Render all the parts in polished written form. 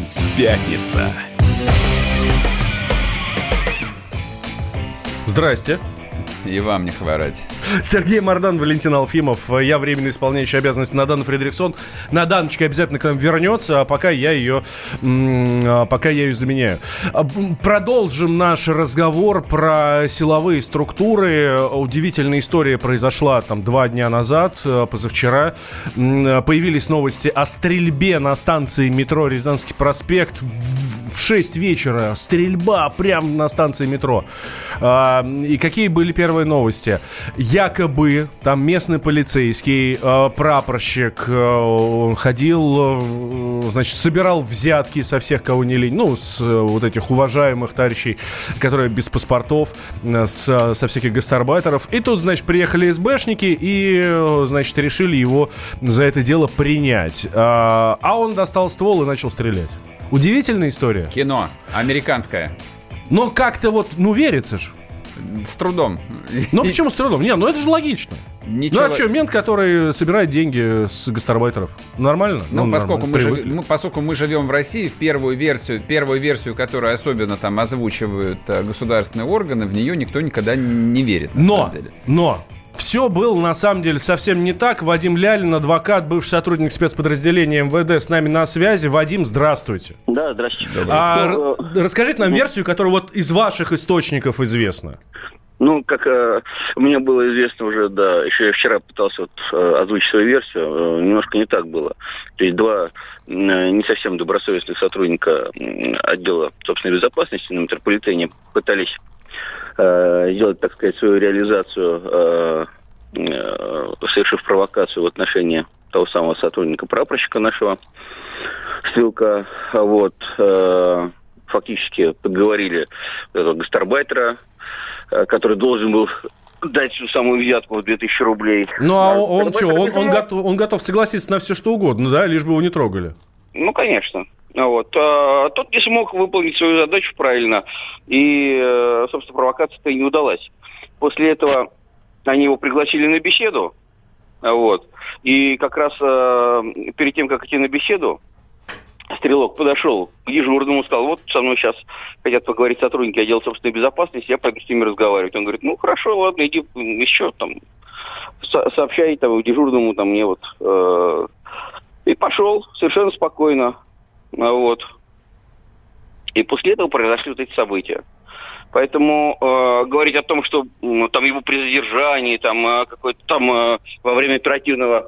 Дайджест пятница. Здрасте. И вам не хворать. Сергей Мордан, Валентин Алфимов. Я временно исполняющий обязанности Надана Фредериксон. Наданочка обязательно к нам вернется, а пока я ее заменяю. Продолжим наш разговор про силовые структуры. Удивительная история произошла 2 дня назад, позавчера. Появились новости о стрельбе на станции метро Рязанский проспект. В 6 вечера стрельба прямо на станции метро. И какие были первые новости? Якобы там местный полицейский, прапорщик, ходил, собирал взятки со всех, кого не лень. С вот этих уважаемых товарищей, которые без паспортов, со всяких гастарбайтеров. И тут, приехали СБшники и, решили его за это дело принять. А он достал ствол и начал стрелять. Удивительная история. Кино. Американское. Но как-то верится ж. С трудом. Почему с трудом? Это же логично. Ничего... мент, который собирает деньги с гастарбайтеров? Нормально? Поскольку мы живем в России, в первую версию, которую особенно озвучивают государственные органы, в нее никто никогда не верит, на самом деле. Все было, на самом деле, совсем не так. Вадим Лялин, адвокат, бывший сотрудник спецподразделения МВД, с нами на связи. Вадим, здравствуйте. Да, здравствуйте. Расскажите нам версию, которая из ваших источников известна. Как мне было известно уже, еще я вчера пытался озвучить свою версию, немножко не так было. То есть 2 не совсем добросовестных сотрудника отдела собственной безопасности на метрополитене пытались сделать, так сказать, свою реализацию, совершив провокацию в отношении того самого сотрудника-прапорщика нашего, Стрелка. Фактически подговорили этого гастарбайтера, который должен был дать всю самую взятку в 2000 рублей. Он готов согласиться на все, что угодно, да, лишь бы его не трогали? Конечно. Тот не смог выполнить свою задачу правильно, и, собственно, провокация-то и не удалась. После этого они его пригласили на беседу, и как раз перед тем, как идти на беседу, Стрелок подошел к дежурному и сказал: со мной сейчас хотят поговорить сотрудники отдела собственной безопасности, я пойду с ними разговаривать. Он говорит: хорошо, ладно, иди еще сообщай дежурному мне И пошел совершенно спокойно. И после этого произошли эти события. Поэтому говорить о том, что его при задержании, во время оперативного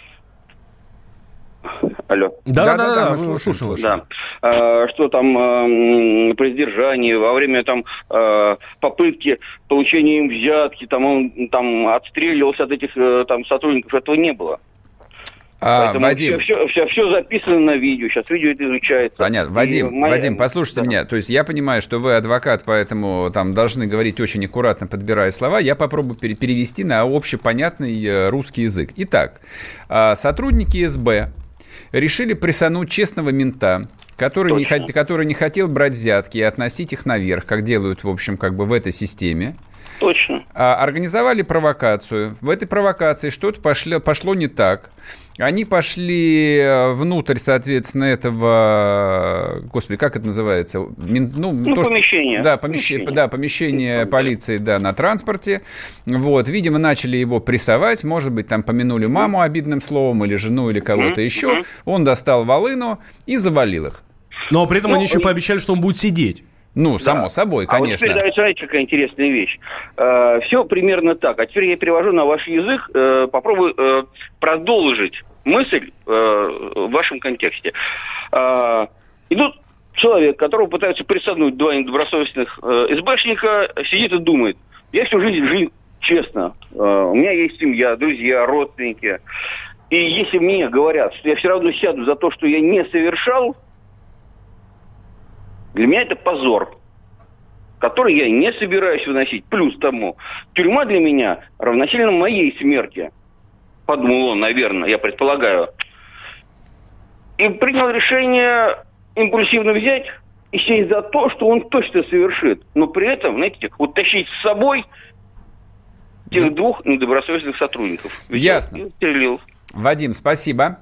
Алло. Да, мы слушаем. Да. Что при задержании, во время попытки получения им взятки, он отстреливался от этих сотрудников, этого не было. Поэтому Вадим, все записано на видео, сейчас видео это изучается. Понятно. Вадим, послушайте меня. То есть я понимаю, что вы адвокат, поэтому должны говорить очень аккуратно, подбирая слова. Я попробую перевести на общепонятный русский язык. Итак, сотрудники СБ решили прессануть честного мента, который не хотел брать взятки и относить их наверх, как делают, в общем, в этой системе. Точно. Организовали провокацию. В этой провокации что-то пошло не так. Они пошли внутрь, соответственно, этого... Господи, как это называется? Помещение. Помещение полиции, на транспорте. Видимо, начали его прессовать. Может быть, помянули маму обидным словом, или жену, или кого-то еще. Он достал волыну и завалил их. Но при этом они еще пообещали, что он будет сидеть. Само собой, конечно. А теперь, знаете, какая интересная вещь. Все примерно так. А теперь я перевожу на ваш язык, попробую продолжить мысль в вашем контексте. Идут человек, которого пытаются прессануть 2 недобросовестных СБшника, сидит и думает: я всю жизнь жил честно, у меня есть семья, друзья, родственники. И если мне говорят, что я все равно сяду за то, что я не совершал, для меня это позор, который я не собираюсь выносить. Плюс тому, тюрьма для меня равносильно моей смерти. Подумал он, наверное, я предполагаю. И принял решение импульсивно взять и сесть за то, что он точно совершит. Но при этом, знаете, тащить с собой тех 2 недобросовестных сотрудников. Ясно. Вадим, спасибо.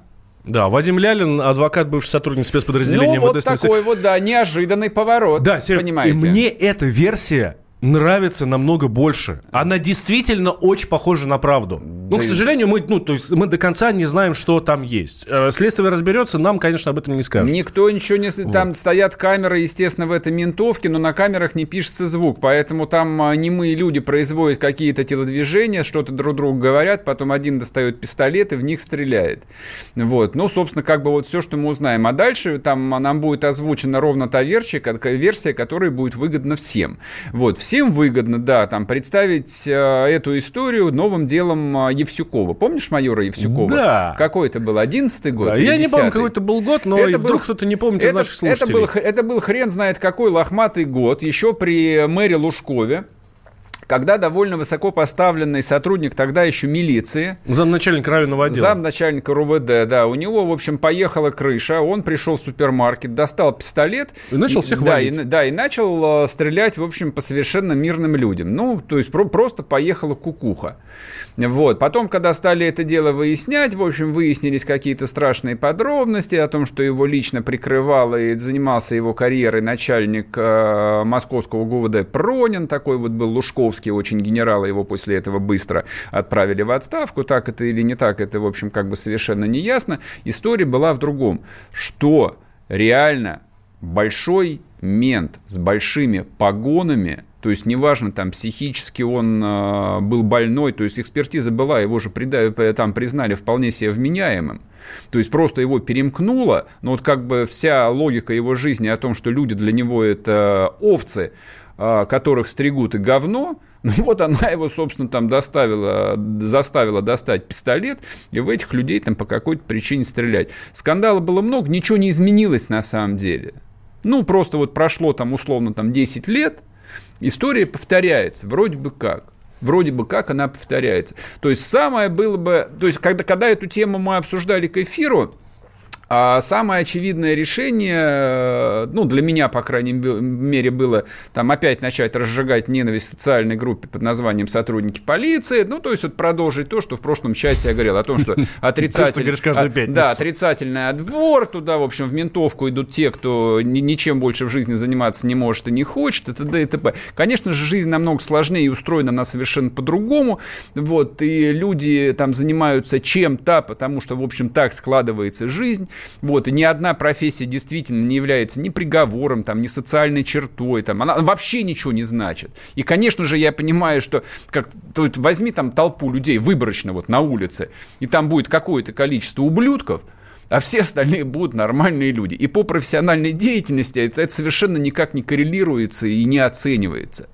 Да, Вадим Лялин, адвокат, бывший сотрудник спецподразделения МВД. Ну, вот такой вот, да, неожиданный поворот, да, понимаете. И мне эта версия нравится намного больше. Она действительно очень похожа на правду. Но, к сожалению, мы до конца не знаем, что там есть. Следствие разберется, нам, конечно, об этом не скажут. Никто ничего не... Вот. Там стоят камеры, естественно, в этой ментовке, но на камерах не пишется звук, поэтому там немые люди производят какие-то телодвижения, что-то друг другу говорят, потом один достает пистолет и в них стреляет. Вот. Ну, собственно, как бы вот все, что мы узнаем. А дальше там нам будет озвучена ровно та версия, которая будет выгодна всем. Вот. Всем выгодно, да, там представить эту историю новым делом Евсюкова. Помнишь майора Евсюкова? Да. Какой это был, 11-й год? Да, я не помню, какой это был год, но вдруг кто-то не помнит из наших слушателей. Это был хрен знает какой лохматый год, еще при мэре Лужкове, когда довольно высоко поставленный сотрудник тогда еще милиции, замначальника районного отдела, замначальника РУВД, да, у него, в общем, поехала крыша, он пришел в супермаркет, достал пистолет и начал всех валить. И начал стрелять, в общем, по совершенно мирным людям. Ну, то есть просто поехала кукуха. Вот. Потом, когда стали это дело выяснять, в общем, выяснились какие-то страшные подробности о том, что его лично прикрывал и занимался его карьерой начальник московского ГУВД Пронин, такой вот был Лужковский, очень генерал, его после этого быстро отправили в отставку. Так это или не так, это, в общем, как бы совершенно не ясно. История была в другом, что реально большой мент с большими погонами, то есть неважно, там психически он был больной, то есть экспертиза была, его же там признали вполне себе вменяемым. То есть просто его перемкнуло, но вот как бы вся логика его жизни о том, что люди для него это овцы, которых стригут и говно, ну вот она его, собственно, там заставила достать пистолет и в этих людей там по какой-то причине стрелять. Скандала было много, ничего не изменилось на самом деле. Ну, просто вот прошло там условно там 10 лет, история повторяется, вроде бы как она повторяется. То есть самое было бы, то есть когда эту тему мы обсуждали к эфиру, самое очевидное решение, ну, для меня, по крайней мере, было там опять начать разжигать ненависть в социальной группе под названием «Сотрудники полиции», ну, то есть вот продолжить то, что в прошлом часе я говорил о том, что отрицательный отбор, туда, в общем, в ментовку идут те, кто ничем больше в жизни заниматься не может и не хочет, и т.д. и т.п. Конечно же, жизнь намного сложнее и устроена она совершенно по-другому, вот, и люди там занимаются чем-то, потому что, в общем, так складывается жизнь. Вот, и ни одна профессия действительно не является ни приговором, там, ни социальной чертой, там, она вообще ничего не значит. И, конечно же, я понимаю, что возьми там толпу людей выборочно вот на улице, и там будет какое-то количество ублюдков, а все остальные будут нормальные люди. И по профессиональной деятельности это совершенно никак не коррелируется и не оценивается.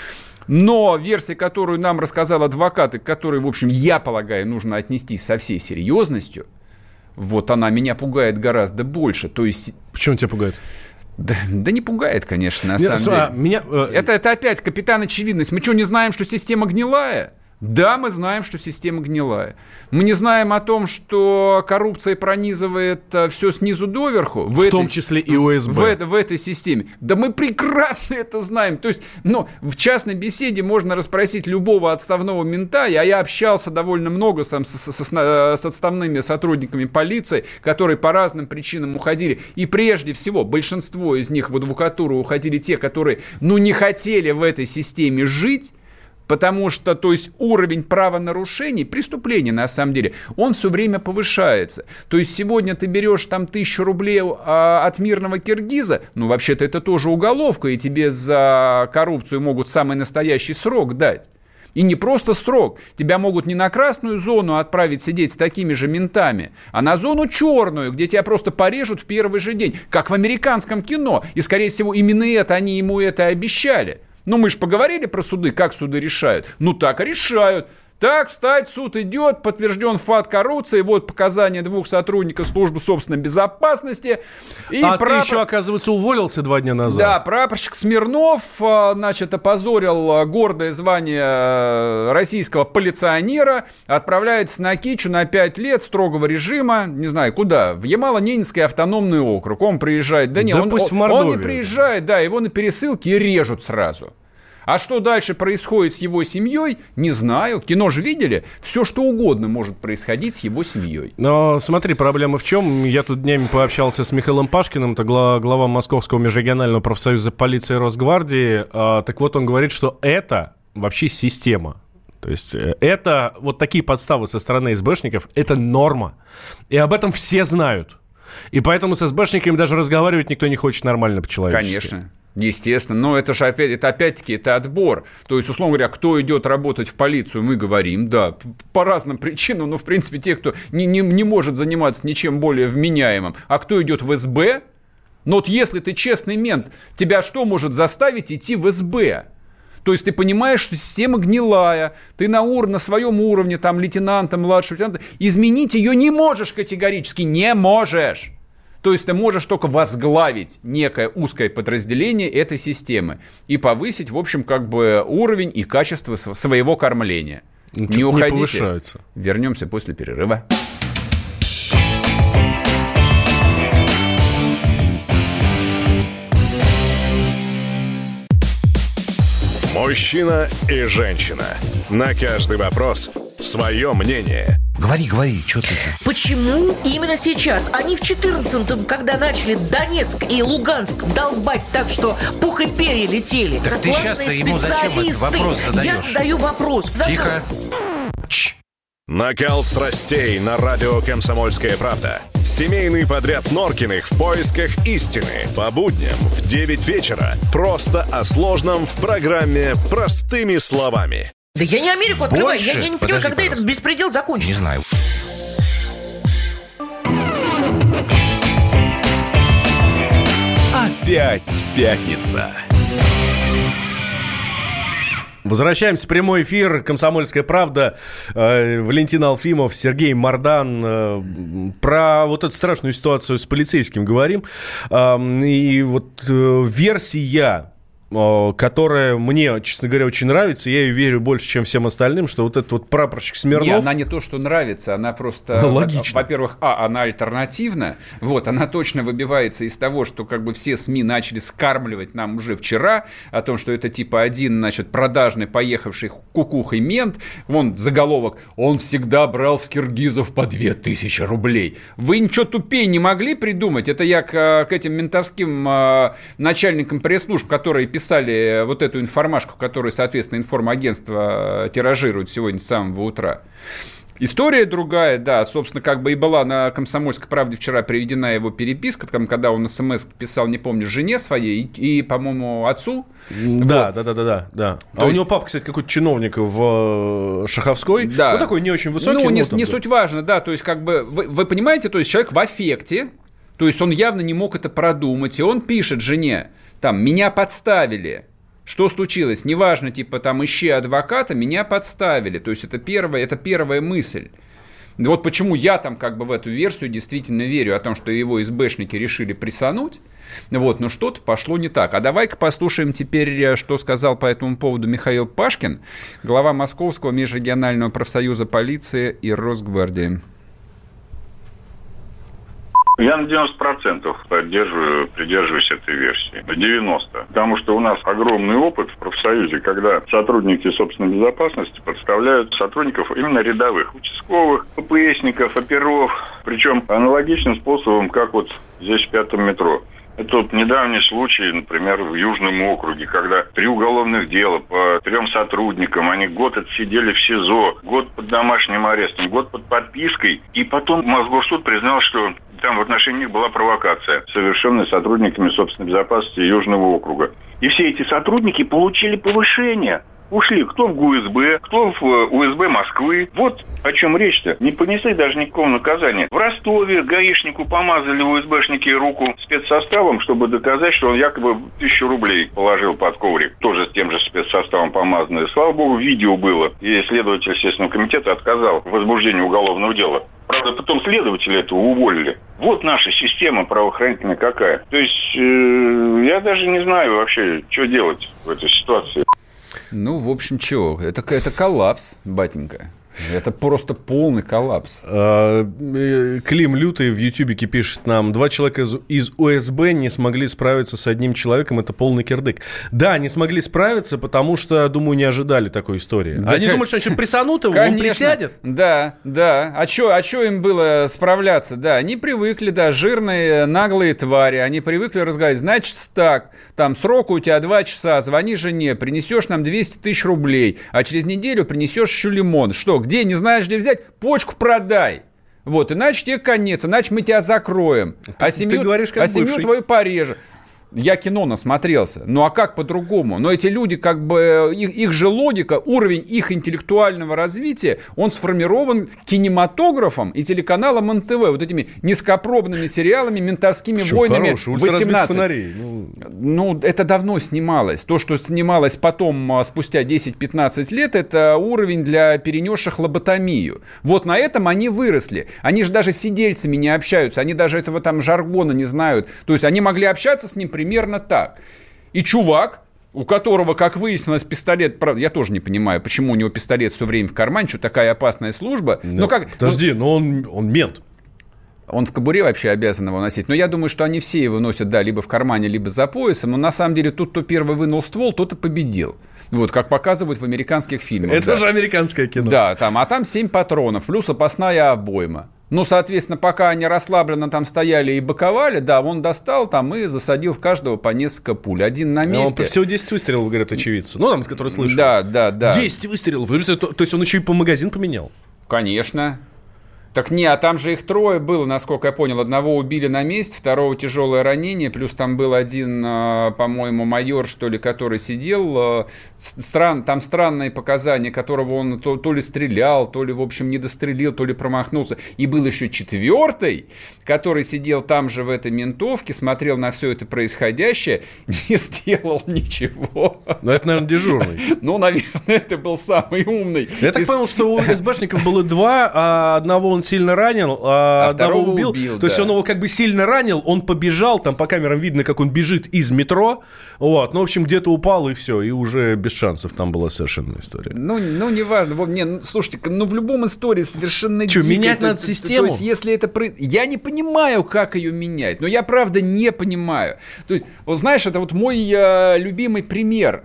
Но версия, которую нам рассказал адвокат, и к которой, в общем, я полагаю, нужно отнестись со всей серьезностью, вот она меня пугает гораздо больше. То есть... Почему тебя пугает? Да не пугает, конечно, на самом деле. Это опять капитан очевидность. Мы что, не знаем, что система гнилая? Да, мы знаем, что система гнилая. Мы не знаем о том, что коррупция пронизывает все снизу доверху. В том числе и ОСБ. В этой системе. Да мы прекрасно это знаем. То есть, в частной беседе можно расспросить любого отставного мента, а я общался довольно много с отставными сотрудниками полиции, которые по разным причинам уходили. И прежде всего, большинство из них в адвокатуру уходили те, которые, не хотели в этой системе жить. Потому что, то есть, уровень правонарушений, преступлений, на самом деле, он все время повышается. То есть, сегодня ты берешь там 1000 рублей от мирного киргиза, вообще-то это тоже уголовка, и тебе за коррупцию могут самый настоящий срок дать. И не просто срок. Тебя могут не на красную зону отправить сидеть с такими же ментами, а на зону черную, где тебя просто порежут в первый же день, как в американском кино. И, скорее всего, именно это они ему это обещали. Мы же поговорили про суды, как суды решают. Так и решают. Так, встать, суд идет, подтвержден факт коррупции, вот показания 2 сотрудников службы собственной безопасности. И ты еще, оказывается, уволился 2 дня назад. Да, прапорщик Смирнов, опозорил гордое звание российского полиционера, отправляется на Кичу на 5 лет строгого режима, не знаю куда, в Ямало-Ненецкий автономный округ. Он приезжает, он не приезжает, его на пересылке и режут сразу. А что дальше происходит с его семьей, не знаю. Кино же видели? Все, что угодно может происходить с его семьей. Но смотри, проблема в чем? Я тут днями пообщался с Михаилом Пашкиным, это глава Московского межрегионального профсоюза полиции и Росгвардии. Так вот, он говорит, что это вообще система. То есть это вот такие подставы со стороны СБшников, это норма. И об этом все знают. И поэтому с СБшниками даже разговаривать никто не хочет нормально по-человечески. Конечно. Естественно, но это же опять-таки это отбор. То есть, условно говоря, кто идет работать в полицию, мы говорим, да, по разным причинам, но, в принципе, те, кто не может заниматься ничем более вменяемым. А кто идет в СБ, но вот если ты честный мент, тебя что может заставить идти в СБ? То есть ты понимаешь, что система гнилая, ты на своем уровне, там, лейтенанта, младшего лейтенанта, изменить ее не можешь категорически, не можешь. То есть ты можешь только возглавить некое узкое подразделение этой системы и повысить, в общем, как бы уровень и качество своего кормления. Не уходите. Не повышается. Вернемся после перерыва. Мужчина и женщина. На каждый вопрос свое мнение. Говори, что ты? Почему именно сейчас? Они в 14-м, когда начали Донецк и Луганск долбать так, что пух и перья летели. Так ты сейчас-то ему зачем этот вопрос задаешь? Я задаю вопрос. Тихо. Накал страстей на радио «Комсомольская правда». Семейный подряд Норкиных в поисках истины. По будням в 9 вечера. Просто о сложном в программе «Простыми словами». Да я не Америку открываю. Больше? Я не понимаю, когда этот беспредел закончится. Не знаю. Опять пятница. Возвращаемся в прямой эфир. «Комсомольская правда». Валентин Алфимов, Сергей Мардан. Про вот эту страшную ситуацию с полицейским говорим. И вот версия, которая мне, честно говоря, очень нравится, я ее верю больше, чем всем остальным, что вот этот вот прапорщик Смирнов... Не, она не то, что нравится, она просто... Логично. Во-первых, она альтернативна, вот, она точно выбивается из того, что как бы все СМИ начали скармливать нам уже вчера, о том, что это типа один, значит, продажный, поехавший кукухой мент, вон заголовок, он всегда брал с киргизов по 2000 рублей. Вы ничего тупее не могли придумать? Это я к этим ментовским начальникам пресс-служб, которые писали вот эту информашку, которую, соответственно, информагентство тиражирует сегодня с самого утра. История другая, да, собственно, как бы и была на «Комсомольской правде» вчера приведена его переписка, там, когда он смс писал, не помню, жене своей и по-моему, отцу. Да. А у него папа, кстати, какой-то чиновник в Шаховской, да. Ну, такой не очень высокий. Ну, не суть важно, да, то есть, как бы, вы понимаете, то есть, человек в аффекте, то есть, он явно не мог это продумать, и он пишет жене, там, меня подставили. Что случилось? Неважно, типа, там, ищи адвоката, меня подставили. То есть, это первая мысль. Вот почему я там как бы в эту версию действительно верю о том, что его СБшники решили прессануть. Вот, но что-то пошло не так. А давай-ка послушаем теперь, что сказал по этому поводу Михаил Пашкин, глава Московского межрегионального профсоюза полиции и Росгвардии. Я на 90% придерживаюсь этой версии. На 90%. Потому что у нас огромный опыт в профсоюзе, когда сотрудники собственной безопасности подставляют сотрудников именно рядовых, участковых, ППСников, оперов. Причем аналогичным способом, как вот здесь в 5-м метро. Это вот недавний случай, например, в Южном округе, когда 3 уголовных дела по 3 сотрудникам, они год отсидели в СИЗО, год под домашним арестом, год под подпиской, и потом Мосгорсуд признал, что там в отношении них была провокация, совершенная сотрудниками собственной безопасности Южного округа. И все эти сотрудники получили повышение. Ушли кто в ГУСБ, кто в УСБ Москвы. Вот о чем речь-то. Не понесли даже никакого наказания. В Ростове гаишнику помазали УСБшники руку спецсоставом, чтобы доказать, что он якобы 1000 рублей положил под коврик. Тоже с тем же спецсоставом помазанное. Слава богу, видео было. И следователь Следственного комитета отказал в возбуждении уголовного дела. Правда, потом следователя этого уволили. Вот наша система правоохранительная какая. То есть, я даже не знаю вообще, что делать в этой ситуации. Ну, в общем, чего? Это коллапс, батенька. Это просто полный коллапс. Клим Лютый в ютубике пишет нам: 2 человека из УСБ не смогли справиться с одним человеком, это полный кирдык. Да, не смогли справиться, потому что, думаю, не ожидали такой истории. Да, они думали, что они присанут его, он присядет. Да. А чё им было справляться? Да, они привыкли, да, жирные, наглые твари, они привыкли разговаривать. Значит так, там срок у тебя 2 часа, звони жене, принесешь нам 200 тысяч рублей, а через неделю принесешь еще лимон. Что, где, не знаешь, где взять? Почку продай. Вот, иначе тебе конец, иначе мы тебя закроем. А семью твою порежем. Я кино насмотрелся. Ну, а как по-другому? Но эти люди, как бы, их же логика, уровень их интеллектуального развития, он сформирован кинематографом и телеканалом НТВ, вот этими низкопробными сериалами, ментовскими войнами 18. Ну, это давно снималось. То, что снималось потом, спустя 10-15 лет, это уровень для перенесших лоботомию. Вот на этом они выросли. Они же даже с сидельцами не общаются, они даже этого там жаргона не знают. То есть они могли общаться с ним примерно так. И чувак, у которого, как выяснилось, пистолет... Правда, я тоже не понимаю, почему у него пистолет все время в кармане, что такая опасная служба. Но как... Подожди, но он мент. Он в кобуре вообще обязан его носить. Но я думаю, что они все его носят, да, либо в кармане, либо за поясом. Но на самом деле тут, кто первый вынул ствол, тот и победил. Вот, как показывают в американских фильмах. Это же американское кино. Да, там 7 патронов, плюс опасная обойма. Ну, соответственно, пока они расслабленно там стояли и быковали, да, он достал там и засадил в каждого по несколько пуль. Один на месте. Он всего 10 выстрелов, говорят очевидцы. Ну, там, с которых слышали. Да. 10 выстрелов. То есть он еще и по магазин поменял? Конечно. Так не, а там же их 3 было, насколько я понял. Одного убили на месте, второго тяжелое ранение, плюс там был один, по-моему, майор, что ли, который сидел. Там странные показания, которого он то ли стрелял, то ли, в общем, не дострелил, то ли промахнулся. И был еще 4-й, который сидел там же в этой ментовке, смотрел на все это происходящее, не сделал ничего. Ну, это, наверное, дежурный. Ну, наверное, это был самый умный. Я так понял, что у СБшников было 2, а одного он сильно ранил, а одного убил. То есть он его как бы сильно ранил, он побежал, там по камерам видно, как он бежит из метро, вот, ну, в общем, где-то упал, и все, и уже без шансов там была совершенно история. Ну не важно. Слушайте, в любом истории совершенно дико. Что, менять надо систему? То есть, если это... Я не понимаю, как ее менять, но я, правда, не понимаю. То есть, вот знаешь, это вот мой любимый пример.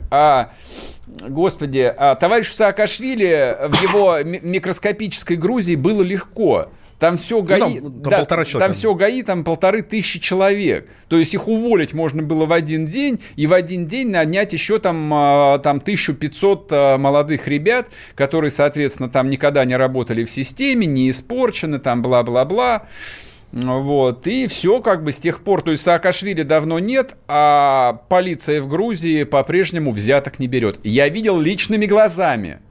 Господи, товарищу Саакашвили в его микроскопической Грузии было легко. Там все ГАИ, там все ГАИ, там 1500 человек. То есть их уволить можно было в один день, и в один день нанять еще там 1500 молодых ребят, которые, соответственно, там никогда не работали в системе, не испорчены, там бла-бла-бла. Вот, и все как бы с тех пор, то есть Саакашвили давно нет, а полиция в Грузии по-прежнему взяток не берет. Я видел личными глазами,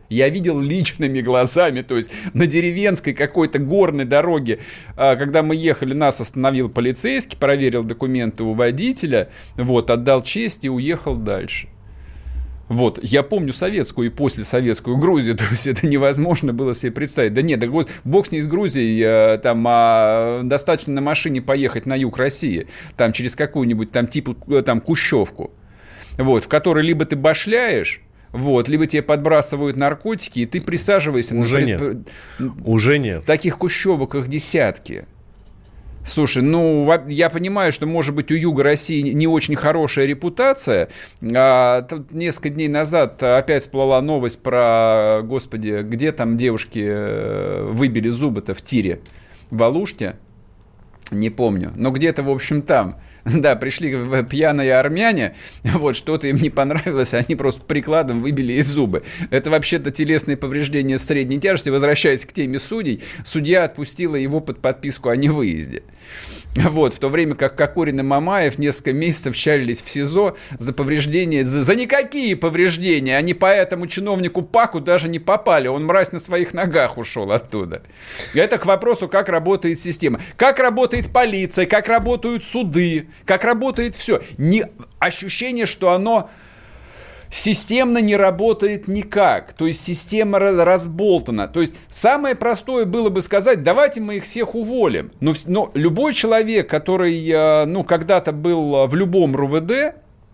то есть на деревенской какой-то горной дороге, когда мы ехали, нас остановил полицейский, проверил документы у водителя, вот, отдал честь и уехал дальше. Вот, я помню советскую и послесоветскую Грузию, то есть это невозможно было себе представить. Да нет, вот бог с ней с Грузией, там достаточно на машине поехать на юг России, там через какую-нибудь там типа там Кущевку, вот, в которой либо ты башляешь, вот, либо тебе подбрасывают наркотики, и ты присаживаешься. Уже нет. В таких кущевок их десятки. Слушай, я понимаю, что, может быть, у юга России не очень хорошая репутация. Тут несколько дней назад опять всплыла новость про, господи, где там девушки выбили зубы-то в тире? В Алуште? Не помню. Но где-то, в общем, там. Да, пришли пьяные армяне, вот, что-то им не понравилось, они просто прикладом выбили из зубы. Это вообще-то телесные повреждения средней тяжести. Возвращаясь к теме судей, судья отпустила его под подписку о невыезде. Вот, в то время как Кокорин и Мамаев несколько месяцев чалились в СИЗО за повреждения, за никакие повреждения. Они по этому чиновнику Паку даже не попали. Он, мразь, на своих ногах ушел оттуда. Это к вопросу, как работает система. Как работает полиция, как работают суды, как работает все. Ощущение, что оно системно не работает никак. То есть система разболтана. То есть самое простое было бы сказать, давайте мы их всех уволим. Но любой человек, который когда-то был в любом РУВД,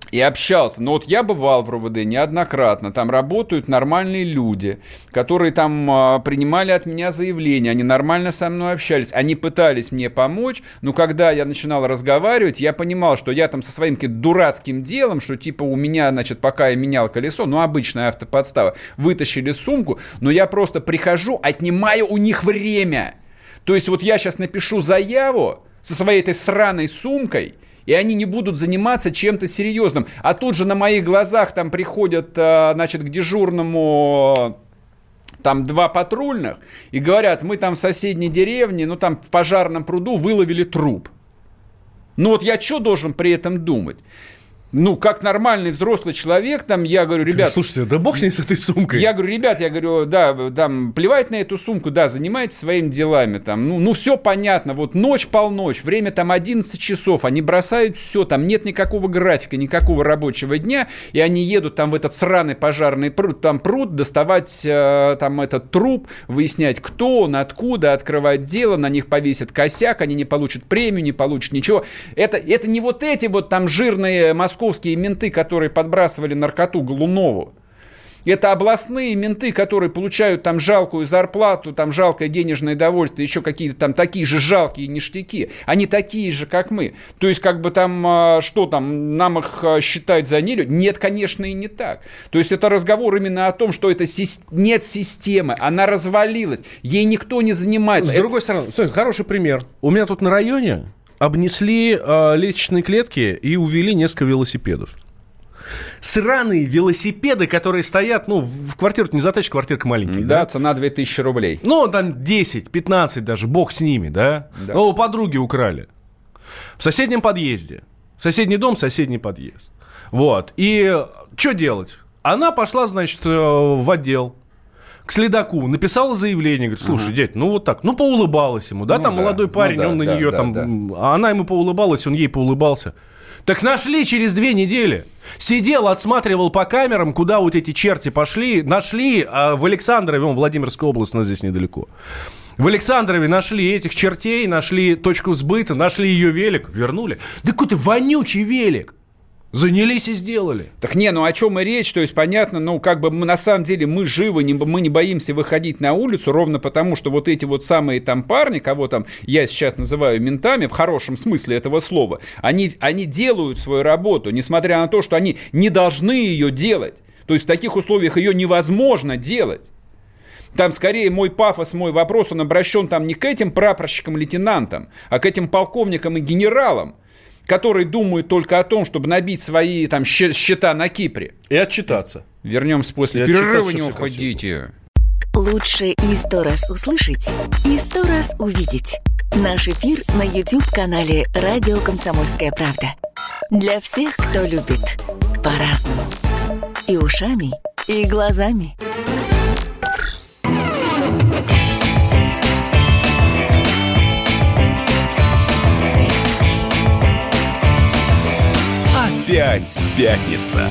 и общался. Но вот я бывал в РОВД неоднократно. Там работают нормальные люди, которые там принимали от меня заявления. Они нормально со мной общались. Они пытались мне помочь. Но когда я начинал разговаривать, я понимал, что я там со своим каким-то дурацким делом, что типа у меня, значит, пока я менял колесо, ну, обычная автоподстава, вытащили сумку, но я просто прихожу, отнимаю у них время. То есть вот я сейчас напишу заяву со своей этой сраной сумкой, и они не будут заниматься чем-то серьезным. А тут же на моих глазах там приходят, значит, к дежурному там 2 патрульных и говорят, мы там в соседней деревне, ну там в пожарном пруду выловили труп. Ну вот я что должен при этом думать? Ну, как нормальный взрослый человек, там, я говорю, ребят... Слушайте, да бог с ней с этой сумкой. Я говорю, ребят, да, там, плевать на эту сумку, да, занимайтесь своими делами, там, ну, все понятно, вот ночь-полночь, время там 11 часов, они бросают все, там нет никакого графика, никакого рабочего дня, и они едут там в этот сраный пожарный пруд, доставать там этот труп, выяснять, кто он, откуда, открывать дело, на них повесят косяк, они не получат премию, не получат ничего. Это не вот эти вот там жирные московские менты, которые подбрасывали наркоту Голунову. Это областные менты, которые получают там жалкую зарплату, там жалкое денежное довольствие, еще какие-то там такие же жалкие ништяки. Они такие же, как мы. То есть, как бы там, что там, нам их считать за нелюдь? Нет, конечно, и не так. То есть, это разговор именно о том, что это нет системы, она развалилась, ей никто не занимается. С другой стороны, смотри, хороший пример. У меня тут на районе обнесли лестничные клетки и увели несколько велосипедов. Сраные велосипеды, которые стоят, ну, в квартиру не затащишь, квартирка маленькая. Да, цена 2000 рублей. Ну, там 10, 15 даже, бог с ними, да? Ну, у подруги украли. В соседнем подъезде. Соседний дом, соседний подъезд. Вот. И что делать? Она пошла, значит, в отдел. К следаку, написала заявление, говорит, слушай, дядь, ну вот так, ну поулыбалась ему, да, ну, там да, молодой парень, он на нее там, а она ему поулыбалась, он ей поулыбался. Так нашли через 2 недели. Сидел, отсматривал по камерам, куда вот эти черти пошли, нашли в Александрове, Владимирская область, у нас здесь недалеко. В Александрове нашли этих чертей, нашли точку сбыта, нашли ее велик, вернули. Да какой-то вонючий велик. Занялись и сделали. Так не, ну о чем и речь, то есть понятно, ну как бы мы, на самом деле мы живы, мы не боимся выходить на улицу, ровно потому, что вот эти вот самые там парни, кого там я сейчас называю ментами, в хорошем смысле этого слова, они делают свою работу, несмотря на то, что они не должны ее делать. То есть в таких условиях ее невозможно делать. Там скорее мой пафос, мой вопрос, он обращен там не к этим прапорщикам-лейтенантам, а к этим полковникам и генералам, которые думают только о том, чтобы набить свои там счета на Кипре. И отчитаться. Вернемся после перерыва, не уходите. Лучше и 100 раз услышать, и 100 раз увидеть. Наш эфир на YouTube-канале «Радио Комсомольская правда». Для всех, кто любит по-разному. И ушами, и глазами. Опять пятница.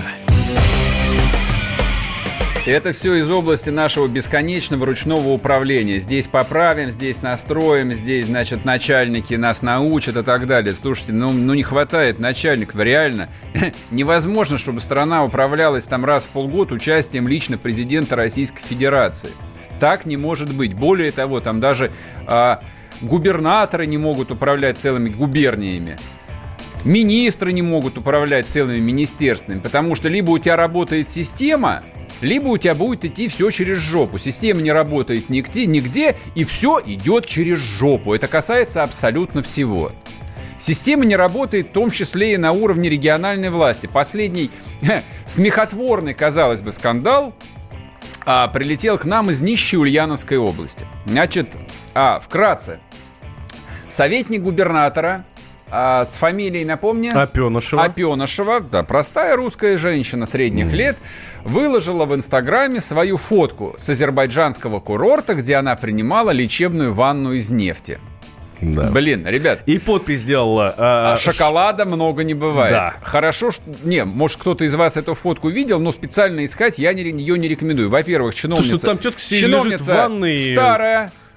Это все из области нашего бесконечного ручного управления. Здесь поправим, здесь настроим, здесь, значит, начальники нас научат и так далее. Слушайте, ну не хватает начальников, реально. Невозможно, чтобы страна управлялась там раз в полгода участием лично президента Российской Федерации. Так не может быть. Более того, там даже губернаторы не могут управлять целыми губерниями. Министры не могут управлять целыми министерствами, потому что либо у тебя работает система, либо у тебя будет идти все через жопу. Система не работает нигде, и все идет через жопу. Это касается абсолютно всего. Система не работает в том числе и на уровне региональной власти. Последний смехотворный, казалось бы, скандал прилетел к нам из нищей Ульяновской области. Значит, вкратце. Советник губернатора с фамилией, напомни? Опенышева, да, простая русская женщина средних лет, выложила в Инстаграме свою фотку с азербайджанского курорта, где она принимала лечебную ванну из нефти. Да. Блин, ребят. И подпись сделала. Шоколада много не бывает. Да. Хорошо, что... Не, может, кто-то из вас эту фотку видел, но специально искать я ее не рекомендую. Во-первых, чиновница... Слушай, там тетка лежит в ванной... старая,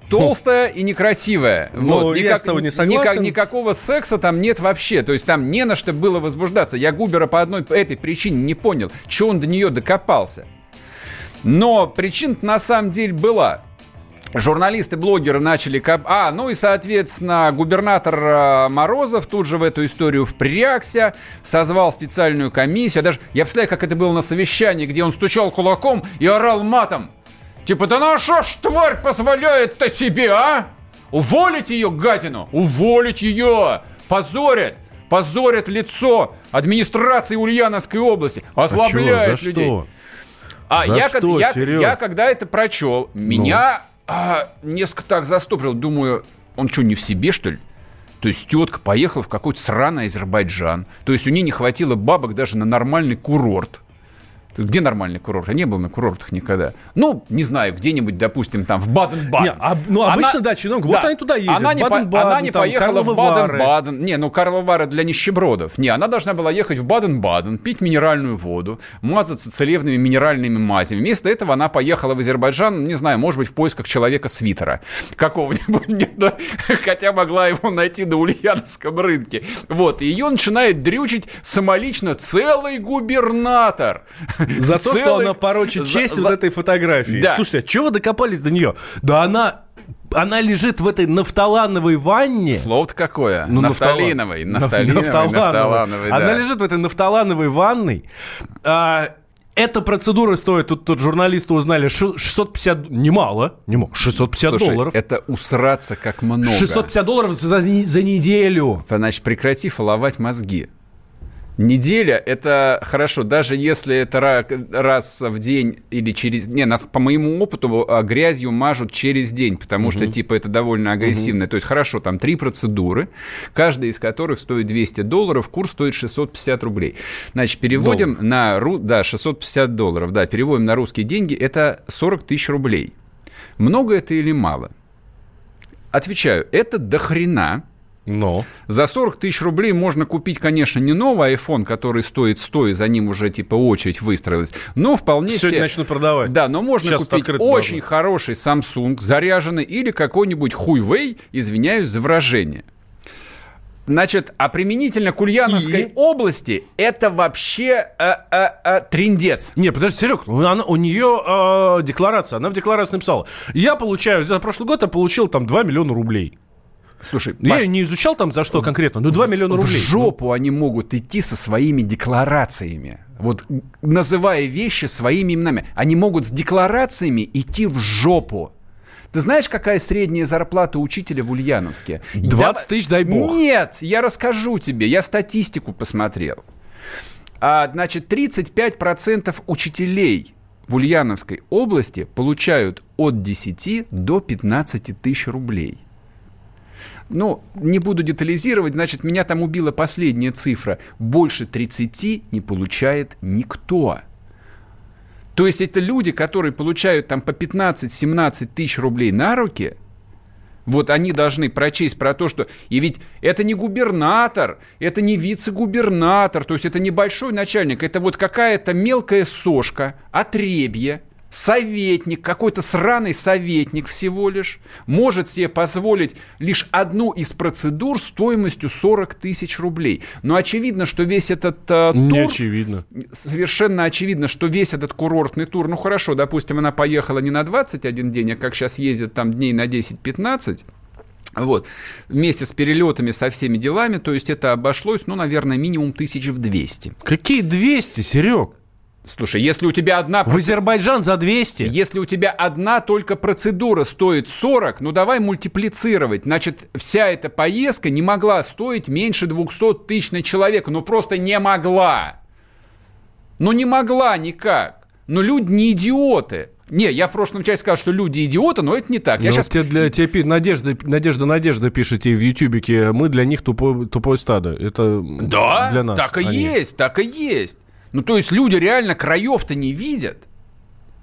толстая и некрасивая. Ну, я с тобой не согласен. Никакого секса там нет вообще. То есть там не на что было возбуждаться. Я Губера по одной этой причине не понял, что он до нее докопался. Но причина на самом деле была. Журналисты, блогеры начали... ну и, соответственно, губернатор Морозов тут же в эту историю впрягся, созвал специальную комиссию. Я представляю, как это было на совещании, где он стучал кулаком и орал матом. Типа, да на что ж тварь позволяет-то себе, а? Уволить ее, гадину! Уволить ее! Позорят лицо администрации Ульяновской области. Озлобляет людей. Я когда это прочел, меня несколько так застопорил. Думаю, он что, не в себе, что ли? То есть тетка поехала в какой-то сраный Азербайджан. То есть у нее не хватило бабок даже на нормальный курорт. Где нормальный курорт? Я не был на курортах никогда. Ну, не знаю, где-нибудь, допустим, там в Баден-Баден. Обычно, да, чиновник, вот они туда ездят. Она не поехала в Баден-Баден. Карловы Вары для нищебродов. Она должна была ехать в Баден-Баден, пить минеральную воду, мазаться целебными минеральными мазями. Вместо этого она поехала в Азербайджан, не знаю, может быть, в поисках человека-свитера какого-нибудь. Хотя могла его найти на Ульяновском рынке. Вот, и ее начинает дрючить самолично целый губернатор. За то, что она порочит честь вот этой фотографии. Да. Слушайте, а чего вы докопались до нее? Да она лежит в этой нафталановой ванне. Слово-то какое? Нафталиновой. Нафталановой, да. Она лежит в этой нафталановой ванной. Эта процедура стоит, тут журналисты узнали, 650... Немало, 650 Слушай, долларов. Это усраться как много. 650 долларов за неделю. Значит, прекрати фоловать мозги. Неделя – это хорошо, даже если это раз в день или через... нас, по моему опыту, грязью мажут через день, потому что, это довольно агрессивно. То есть, хорошо, там 3 процедуры, каждая из которых стоит $200, курс стоит 650 рублей. Значит, переводим на... 650 долларов, переводим на русские деньги, это 40 тысяч рублей. Много это или мало? Отвечаю, это дохрена. Но. За 40 тысяч рублей можно купить, конечно, не новый iPhone, который стоит 100, и за ним уже очередь выстроилась, но вполне себе... Сегодня начнут продавать. Да, но можно купить очень хороший Samsung заряженный или какой-нибудь Huawei, извиняюсь за выражение. Значит, а применительно к Ульяновской области это вообще трындец. Не, подожди, Серег, у нее декларация, она в декларации написала: я получаю, за прошлый год я получил там 2 миллиона рублей. Слушай, я не изучал там за что конкретно, но 2 миллиона рублей. В жопу они могут идти со своими декларациями. Вот, называя вещи своими именами. Они могут с декларациями идти в жопу. Ты знаешь, какая средняя зарплата учителя в Ульяновске? 20 тысяч, дай бог. Нет, я расскажу тебе. Я статистику посмотрел. Значит, 35% учителей в Ульяновской области получают от 10 до 15 тысяч рублей. Не буду детализировать, значит, меня там убила последняя цифра. Больше 30 не получает никто. То есть это люди, которые получают там по 15-17 тысяч рублей на руки. Вот они должны прочесть про то, что... И ведь это не губернатор, это не вице-губернатор, то есть это не большой начальник, это вот какая-то мелкая сошка, отребье. Советник, какой-то сраный советник всего лишь, может себе позволить лишь одну из процедур стоимостью 40 тысяч рублей. Но очевидно, что весь этот тур... Не очевидно. Совершенно очевидно, что весь этот курортный тур, хорошо, допустим, она поехала не на 21 день, а как сейчас ездят там дней на 10-15, вот, вместе с перелетами, со всеми делами, то есть это обошлось, наверное, минимум 1200. Какие 200, Серег? Слушай, если у тебя одна... В Азербайджан за 200? Если у тебя одна только процедура стоит 40, давай мультиплицировать. Значит, вся эта поездка не могла стоить меньше 200 тысяч на человека. Просто не могла. Не могла никак. Люди не идиоты. Не, я в прошлом часе сказал, что люди идиоты, но это не так. Тебе Надежда пишете в ютубике, мы для них тупое стадо. Это для нас. Так и есть. То есть люди реально краев-то не видят.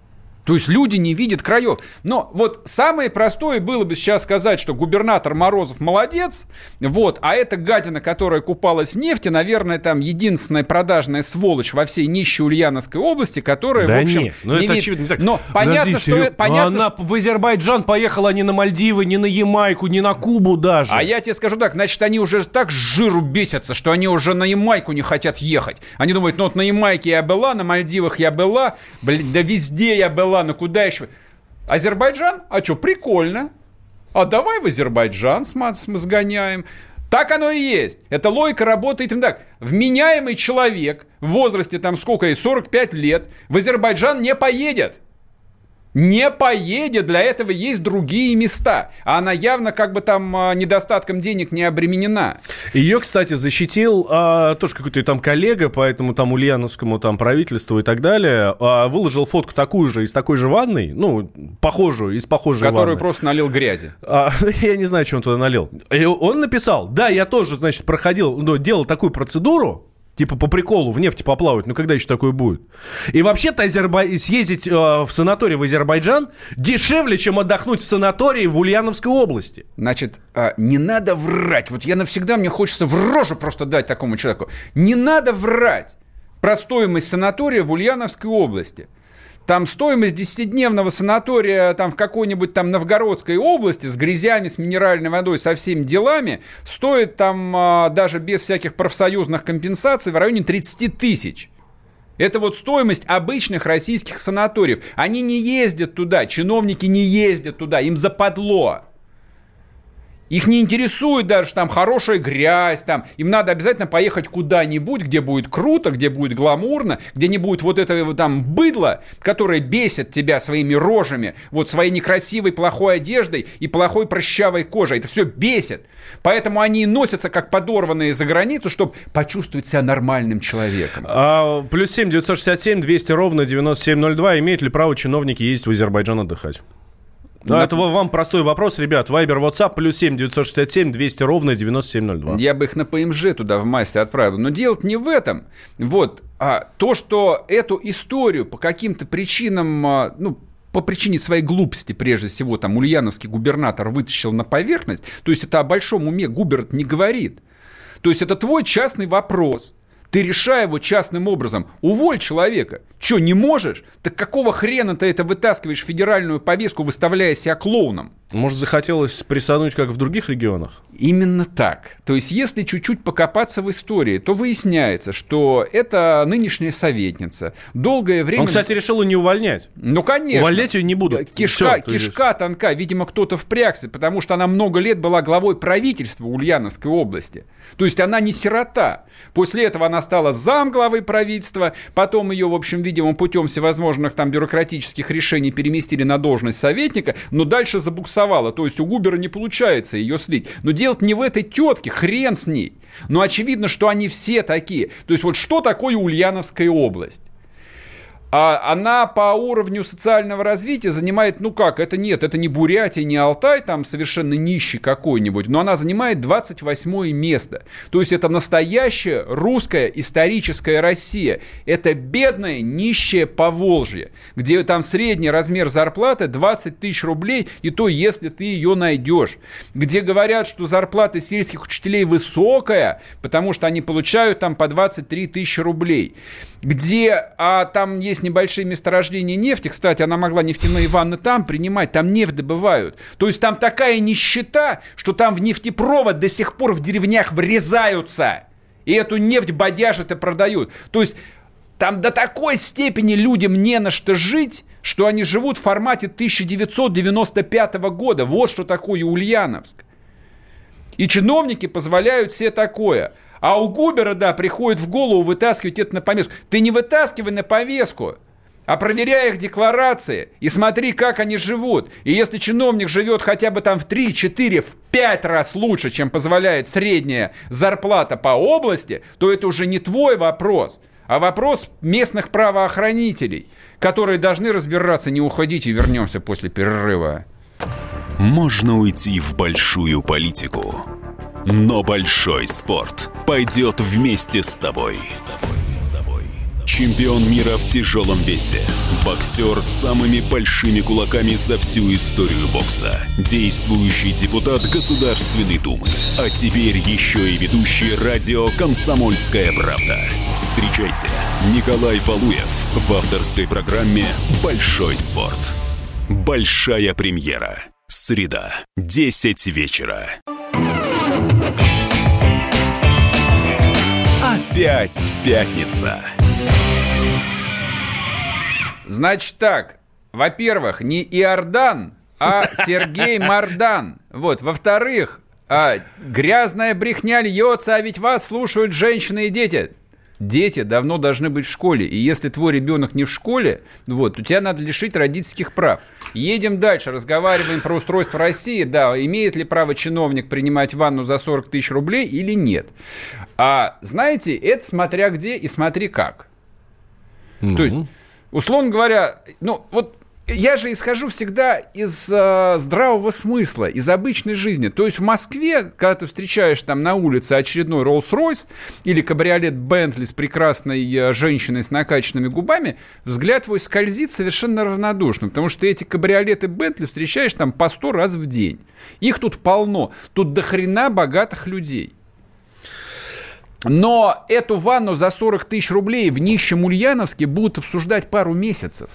То есть люди не видят краев. Но вот самое простое было бы сейчас сказать, что губернатор Морозов молодец, вот, а эта гадина, которая купалась в нефти, наверное, там единственная продажная сволочь во всей нищей Ульяновской области, которая, да в общем... нет, ну это очевидно. Так, но понятно, что... Она в Азербайджан поехала не на Мальдивы, не на Ямайку, не на Кубу даже. А я тебе скажу так, значит, они уже так с жиру бесятся, что они уже на Ямайку не хотят ехать. Они думают, ну вот на Ямайке я была, на Мальдивах я была, блин, да везде я была. Ну куда еще? Азербайджан? А что, прикольно. А давай в Азербайджан мы сгоняем. Так оно и есть. Эта логика работает им так. Вменяемый человек в возрасте там сколько, 45 лет в Азербайджан не поедет. Не поедет, для этого есть другие места. А она явно как бы там недостатком денег не обременена. Ее, кстати, защитил тоже какой-то там коллега по этому там ульяновскому там правительству и так далее. Выложил фотку такую же из такой же ванной, ну, похожую, из похожей ванны. Которую просто налил грязи. Я не знаю, что он туда налил. И он написал, да, я тоже, значит, проходил, делал такую процедуру, типа по приколу в нефти поплавать. Ну, когда еще такое будет? И вообще-то съездить в санаторий в Азербайджан дешевле, чем отдохнуть в санатории в Ульяновской области. Значит, не надо врать. Вот я навсегда, мне хочется в рожу просто дать такому человеку. Не надо врать про стоимость санатория в Ульяновской области. Там стоимость 10-дневного санатория там, в какой-нибудь там Новгородской области с грязями, с минеральной водой, со всеми делами стоит там даже без всяких профсоюзных компенсаций в районе 30 тысяч. Это вот стоимость обычных российских санаториев. Они не ездят туда, чиновники не ездят туда, им западло. Их не интересует даже, что там хорошая грязь, там. Им надо обязательно поехать куда-нибудь, где будет круто, где будет гламурно, где не будет вот этого там быдла, которое бесит тебя своими рожами, вот своей некрасивой плохой одеждой и плохой прыщавой кожей. Это все бесит. Поэтому они и носятся как подорванные за границу, чтобы почувствовать себя нормальным человеком. Плюс 7 967 200 ровно 9702. Имеют ли право чиновники ездить в Азербайджан отдыхать? Это вам простой вопрос, ребят. Вайбер, WhatsApp, плюс 7 967 200 ровно 9702. Я бы их на ПМЖ туда в массе отправил. Но дело не в этом. Вот. То, что эту историю по каким-то причинам, по причине своей глупости, прежде всего, там, ульяновский губернатор вытащил на поверхность, то есть это о большом уме губернатор не говорит. То есть это твой частный вопрос. Ты решай его частным образом. Уволь человека. Че, не можешь? Так какого хрена ты это вытаскиваешь в федеральную повестку, выставляя себя клоуном? Может, захотелось присануть, как в других регионах? Именно так. То есть, если чуть-чуть покопаться в истории, то выясняется, что это нынешняя советница. Долгое время... Он, кстати, решил ее не увольнять. Ну, конечно. Увольнять ее не будут. Кишка тонка. Видимо, кто-то впрягся, потому что она много лет была главой правительства Ульяновской области. То есть, она не сирота. После этого она стала замглавой правительства. Потом ее, в общем, видимо, путем всевозможных там бюрократических решений переместили на должность советника, но дальше забуксовала. То есть, у Губера не получается ее слить. Но дело не в этой тетке, хрен с ней. Но очевидно, что они все такие. То есть, вот что такое Ульяновская область? Она по уровню социального развития занимает, это не Бурятия, не Алтай, там совершенно нищий какой-нибудь, но она занимает 28-е место. То есть это настоящая русская историческая Россия. Это бедное, нищее Поволжье, где там средний размер зарплаты 20 тысяч рублей, и то, если ты ее найдешь. Где говорят, что зарплата сельских учителей высокая, потому что они получают там по 23 тысячи рублей. Где там есть небольшие месторождения нефти. Кстати, она могла нефтяные ванны там принимать. Там нефть добывают. То есть там такая нищета, что там в нефтепровод до сих пор в деревнях врезаются. И эту нефть бодяжат и продают. То есть там до такой степени людям не на что жить, что они живут в формате 1995 года. Вот что такое Ульяновск. И чиновники позволяют себе такое. А у Губера, приходит в голову вытаскивать это на повестку. Ты не вытаскивай на повестку, а проверяй их декларации и смотри, как они живут. И если чиновник живет хотя бы там в 3, 4, в 5 раз лучше, чем позволяет средняя зарплата по области, то это уже не твой вопрос, а вопрос местных правоохранителей, которые должны разбираться. Не уходите, вернемся после перерыва. Можно уйти в большую политику, но большой спорт пойдет вместе с тобой. Чемпион мира в тяжелом весе. Боксер с самыми большими кулаками за всю историю бокса. Действующий депутат Государственной Думы. А теперь еще и ведущий радио «Комсомольская правда». Встречайте, Николай Валуев в авторской программе «Большой спорт». Большая премьера. Среда, 10 вечера. Опять пятница. Значит так, во-первых, не Иордан, а Сергей Мардан. Вот, во-вторых, грязная брехня льется, а ведь вас слушают женщины и дети. Дети давно должны быть в школе, и если твой ребенок не в школе, вот, то тебя надо лишить родительских прав. Едем дальше, разговариваем про устройство России. Да, имеет ли право чиновник принимать ванну за 40 тысяч рублей или нет? А знаете, это смотря где и смотри как. То есть, условно говоря, ну вот я же исхожу всегда из здравого смысла, из обычной жизни. То есть в Москве, когда ты встречаешь там на улице очередной Роллс-Ройс или кабриолет Бентли с прекрасной женщиной с накачанными губами, взгляд твой скользит совершенно равнодушно, потому что эти кабриолеты Бентли встречаешь там по 100 раз в день. Их тут полно, тут до хрена богатых людей. Но эту ванну за 40 тысяч рублей в нищем Ульяновске будут обсуждать пару месяцев.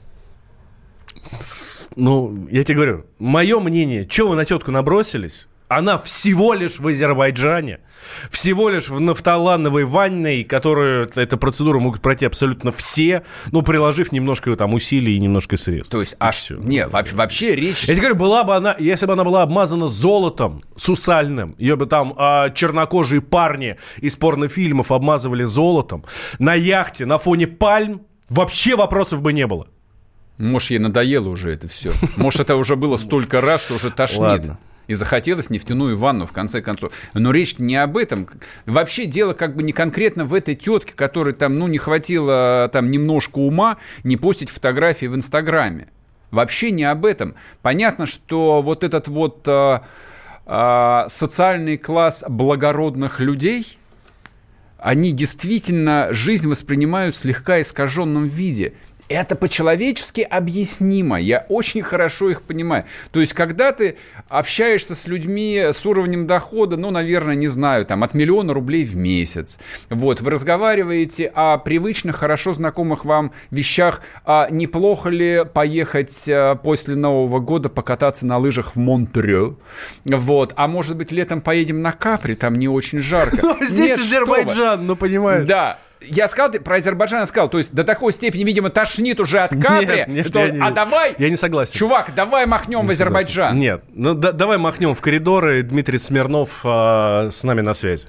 Ну, я тебе говорю, мое мнение, что вы на тетку набросились? Она всего лишь в Азербайджане, всего лишь в нафталановой ванной, которую эту процедуру могут пройти абсолютно все, ну, приложив немножко там усилий и немножко средств. То есть, вообще речь... Я тебе говорю, была бы она, если бы она была обмазана золотом сусальным, ее бы там чернокожие парни из порнофильмов обмазывали золотом, на яхте, на фоне пальм, вообще вопросов бы не было. Может, ей надоело уже это все. Может, это уже было столько раз, что уже тошнит. Ладно. И захотелось нефтяную ванну, в конце концов. Но речь не об этом. Вообще дело как бы не конкретно в этой тетке, которой там, ну, не хватило там немножко ума не постить фотографии в Инстаграме. Вообще не об этом. Понятно, что вот этот вот социальный класс благородных людей, они действительно жизнь воспринимают в слегка искаженном виде. Это по-человечески объяснимо. Я очень хорошо их понимаю. То есть, когда ты общаешься с людьми с уровнем дохода, ну, наверное, не знаю, там, от 1 000 000 рублей в месяц. Вот, вы разговариваете о привычных, хорошо знакомых вам вещах. А неплохо ли поехать после Нового года покататься на лыжах в Монтрео? Вот. А может быть, летом поедем на Капри, там не очень жарко. Здесь Азербайджан, ну, понимаешь. Да. Я сказал, про Азербайджан сказал, то есть до такой степени, видимо, тошнит уже от Капри, что давай, я не согласен. Чувак, давай махнем в Азербайджан. Нет, ну давай махнем в коридоры. Дмитрий Смирнов с нами на связи.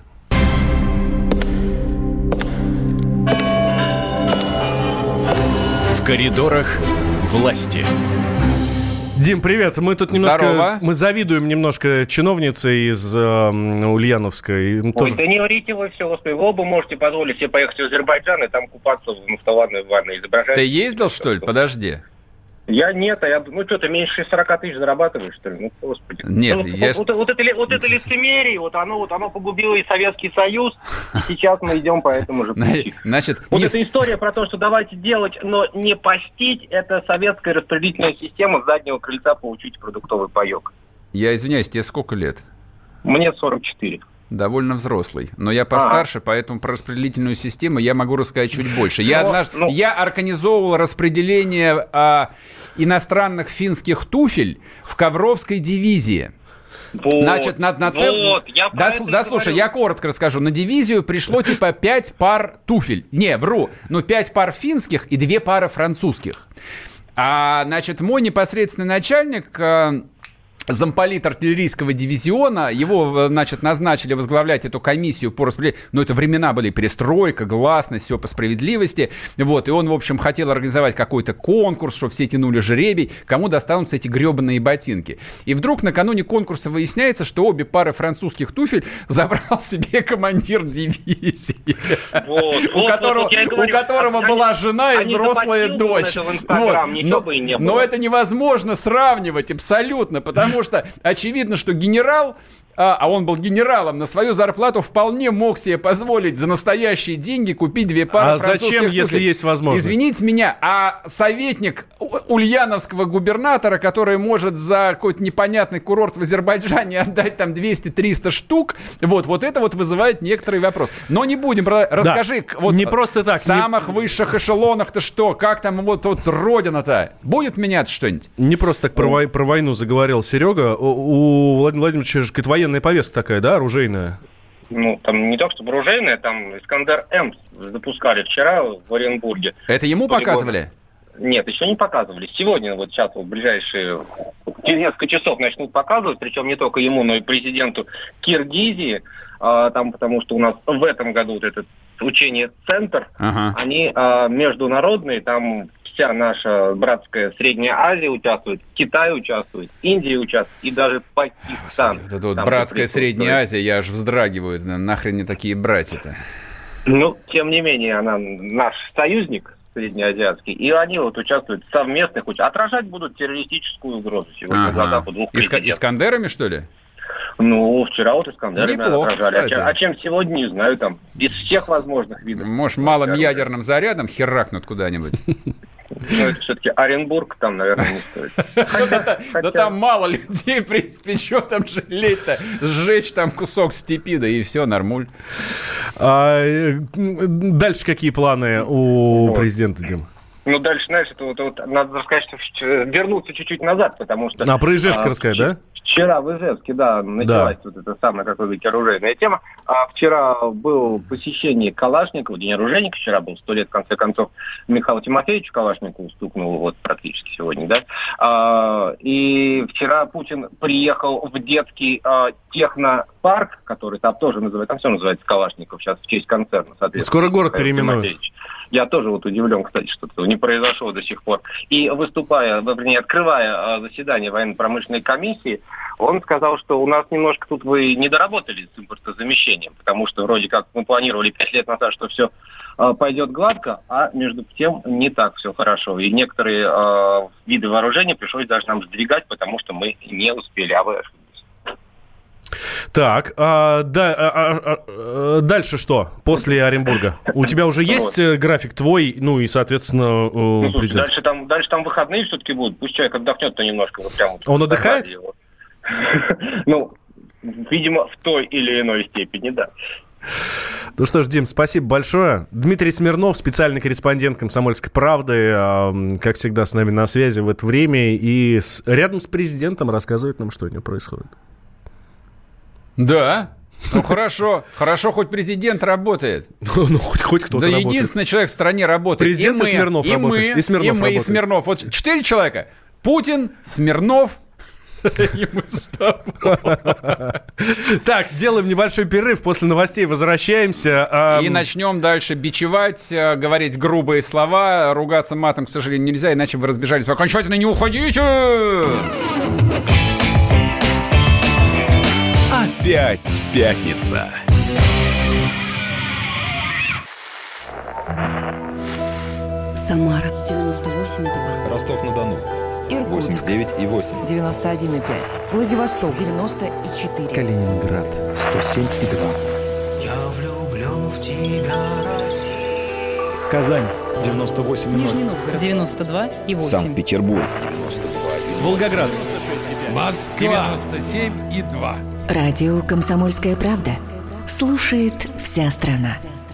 В коридорах власти. Дим, привет. Мы тут немножко... Мы завидуем немножко чиновнице из Ульяновска. Тоже... да не врите вы все, господи. Вы оба можете позволить себе поехать в Азербайджан и там купаться в нафталановой ванной. Ты ездил, что ли? Подожди. Я нет, ну что, ты меньше 40 тысяч зарабатываешь, что ли? Ну, господи. Нет, вот это лицемерие, вот оно погубило и Советский Союз, и сейчас мы идем по этому же пути. Значит, вот эта история про то, что давайте делать, но не постить, это советская распределительная система, с заднего крыльца получить продуктовый паёк. Я извиняюсь, тебе сколько лет? Мне 44. Довольно взрослый. Но я постарше, поэтому про распределительную систему я могу рассказать чуть больше. Я организовывал распределение иностранных финских туфель в Ковровской дивизии. Вот, значит, слушай, я коротко расскажу. На дивизию пришло типа 5 пар туфель. Не, вру. 5 пар финских и 2 пары французских. Значит, мой непосредственный начальник... замполит артиллерийского дивизиона, его, значит, назначили возглавлять эту комиссию по распределению, но это времена были перестройка, гласность, все по справедливости, вот, и он, в общем, хотел организовать какой-то конкурс, чтобы все тянули жребий, кому достанутся эти гребаные ботинки. И вдруг накануне конкурса выясняется, что обе пары французских туфель забрал себе командир дивизии, у которого была жена и взрослая дочь. Но это невозможно сравнивать абсолютно, потому что очевидно, что генерал а он был генералом, на свою зарплату вполне мог себе позволить за настоящие деньги купить 2 пары французских туфель. А зачем, если есть возможность? Извините меня, а советник ульяновского губернатора, который может за какой-то непонятный курорт в Азербайджане отдать там 200-300 штук, вот это вот вызывает некоторый вопрос. Но не будем, расскажи, вот не просто так, в самых высших эшелонах-то что, как там вот родина-то, будет меняться что-нибудь? Не просто так про войну заговорил Серега, у Владимира Владимировича же военная повестка такая, да, оружейная? Ну, там не то, чтобы оружейная, там Искандер-М запускали вчера в Оренбурге. Это ему показывали? Нет, еще не показывали. Сегодня, вот сейчас, в ближайшие через несколько часов начнут показывать, причем не только ему, но и президенту Киргизии, там, потому что у нас в этом году вот этот учение «Центр», они международные, там вся наша братская Средняя Азия участвует, Китай участвует, Индия участвует и даже Пакистан. Вот это вот братская Средняя Азия, я аж вздрагиваю, нахрен не такие братья-то? Ну, тем не менее, она наш союзник среднеазиатский, и они вот участвуют в совместных, отражать будут террористическую угрозу сегодня. Искандерами, что ли? Ну, вчера вот Искандерами отражали. Кстати. А чем сегодня, не знаю, там, из всех возможных видов. Может, малым ядерным зарядом херакнут куда-нибудь? Ну, это все-таки Оренбург, там, наверное, не стоит. Да там мало людей, в принципе, что там жалеть-то? Сжечь там кусок степи, да и все, нормуль. Дальше какие планы у президента, Дим? Ну, дальше, знаешь, это вот надо сказать, что вернуться чуть-чуть назад, потому что... Про Ижевск рассказать, да? Вчера в Ижевске, да, началась вот эта самая, как вы говорите, оружейная тема. Вчера было посещение Калашникова, день оружейника, вчера был 100 лет, в конце концов, Михаилу Тимофеевичу Калашникову стукнуло вот практически сегодня, да. И вчера Путин приехал в детский технопарк, который там тоже называется, там все называется Калашников, сейчас в честь концерна, соответственно. Скоро город переименуют. Я тоже вот удивлен, кстати, что этого не произошло до сих пор. И открывая заседание военно-промышленной комиссии, он сказал, что у нас немножко тут вы не доработали с импортозамещением, потому что вроде как мы планировали 5 лет назад, что все пойдет гладко, а между тем не так все хорошо. И некоторые виды вооружения пришлось даже нам сдвигать, потому что мы не успели, а вы ошиблись. Так, дальше что после Оренбурга? У тебя уже есть график твой, ну и, соответственно, президент? Дальше там выходные все-таки будут. Пусть человек отдохнет-то немножко. Он отдыхает? Ну, видимо, в той или иной степени, да. Ну что ж, Дим, спасибо большое. Дмитрий Смирнов, специальный корреспондент «Комсомольской правды», как всегда, с нами на связи в это время и рядом с президентом рассказывает нам, что у него происходит. Да, ну хорошо, хоть президент работает. Ну, хоть кто-то работает. Да единственный человек в стране работает. Президент и Смирнов работает. И Смирнов. Вот 4 человека. Путин, Смирнов и мы с тобой. Так, делаем небольшой перерыв, после новостей возвращаемся. И начнем дальше бичевать, говорить грубые слова, ругаться матом, к сожалению, нельзя, иначе вы разбежались. Окончательно не уходите! Опять пятница. Самара 98,2. Ростов-на-Дону. Иркутск 89,8. 91,5. Владивосток 94. Калининград 107,2. Я влюблен в тебя, Россия. Казань 98,0. Нижний Новгород 92,8. Санкт-Петербург 92,1. Волгоград. Москва 97,2. Радио «Комсомольская правда». Слушает вся страна.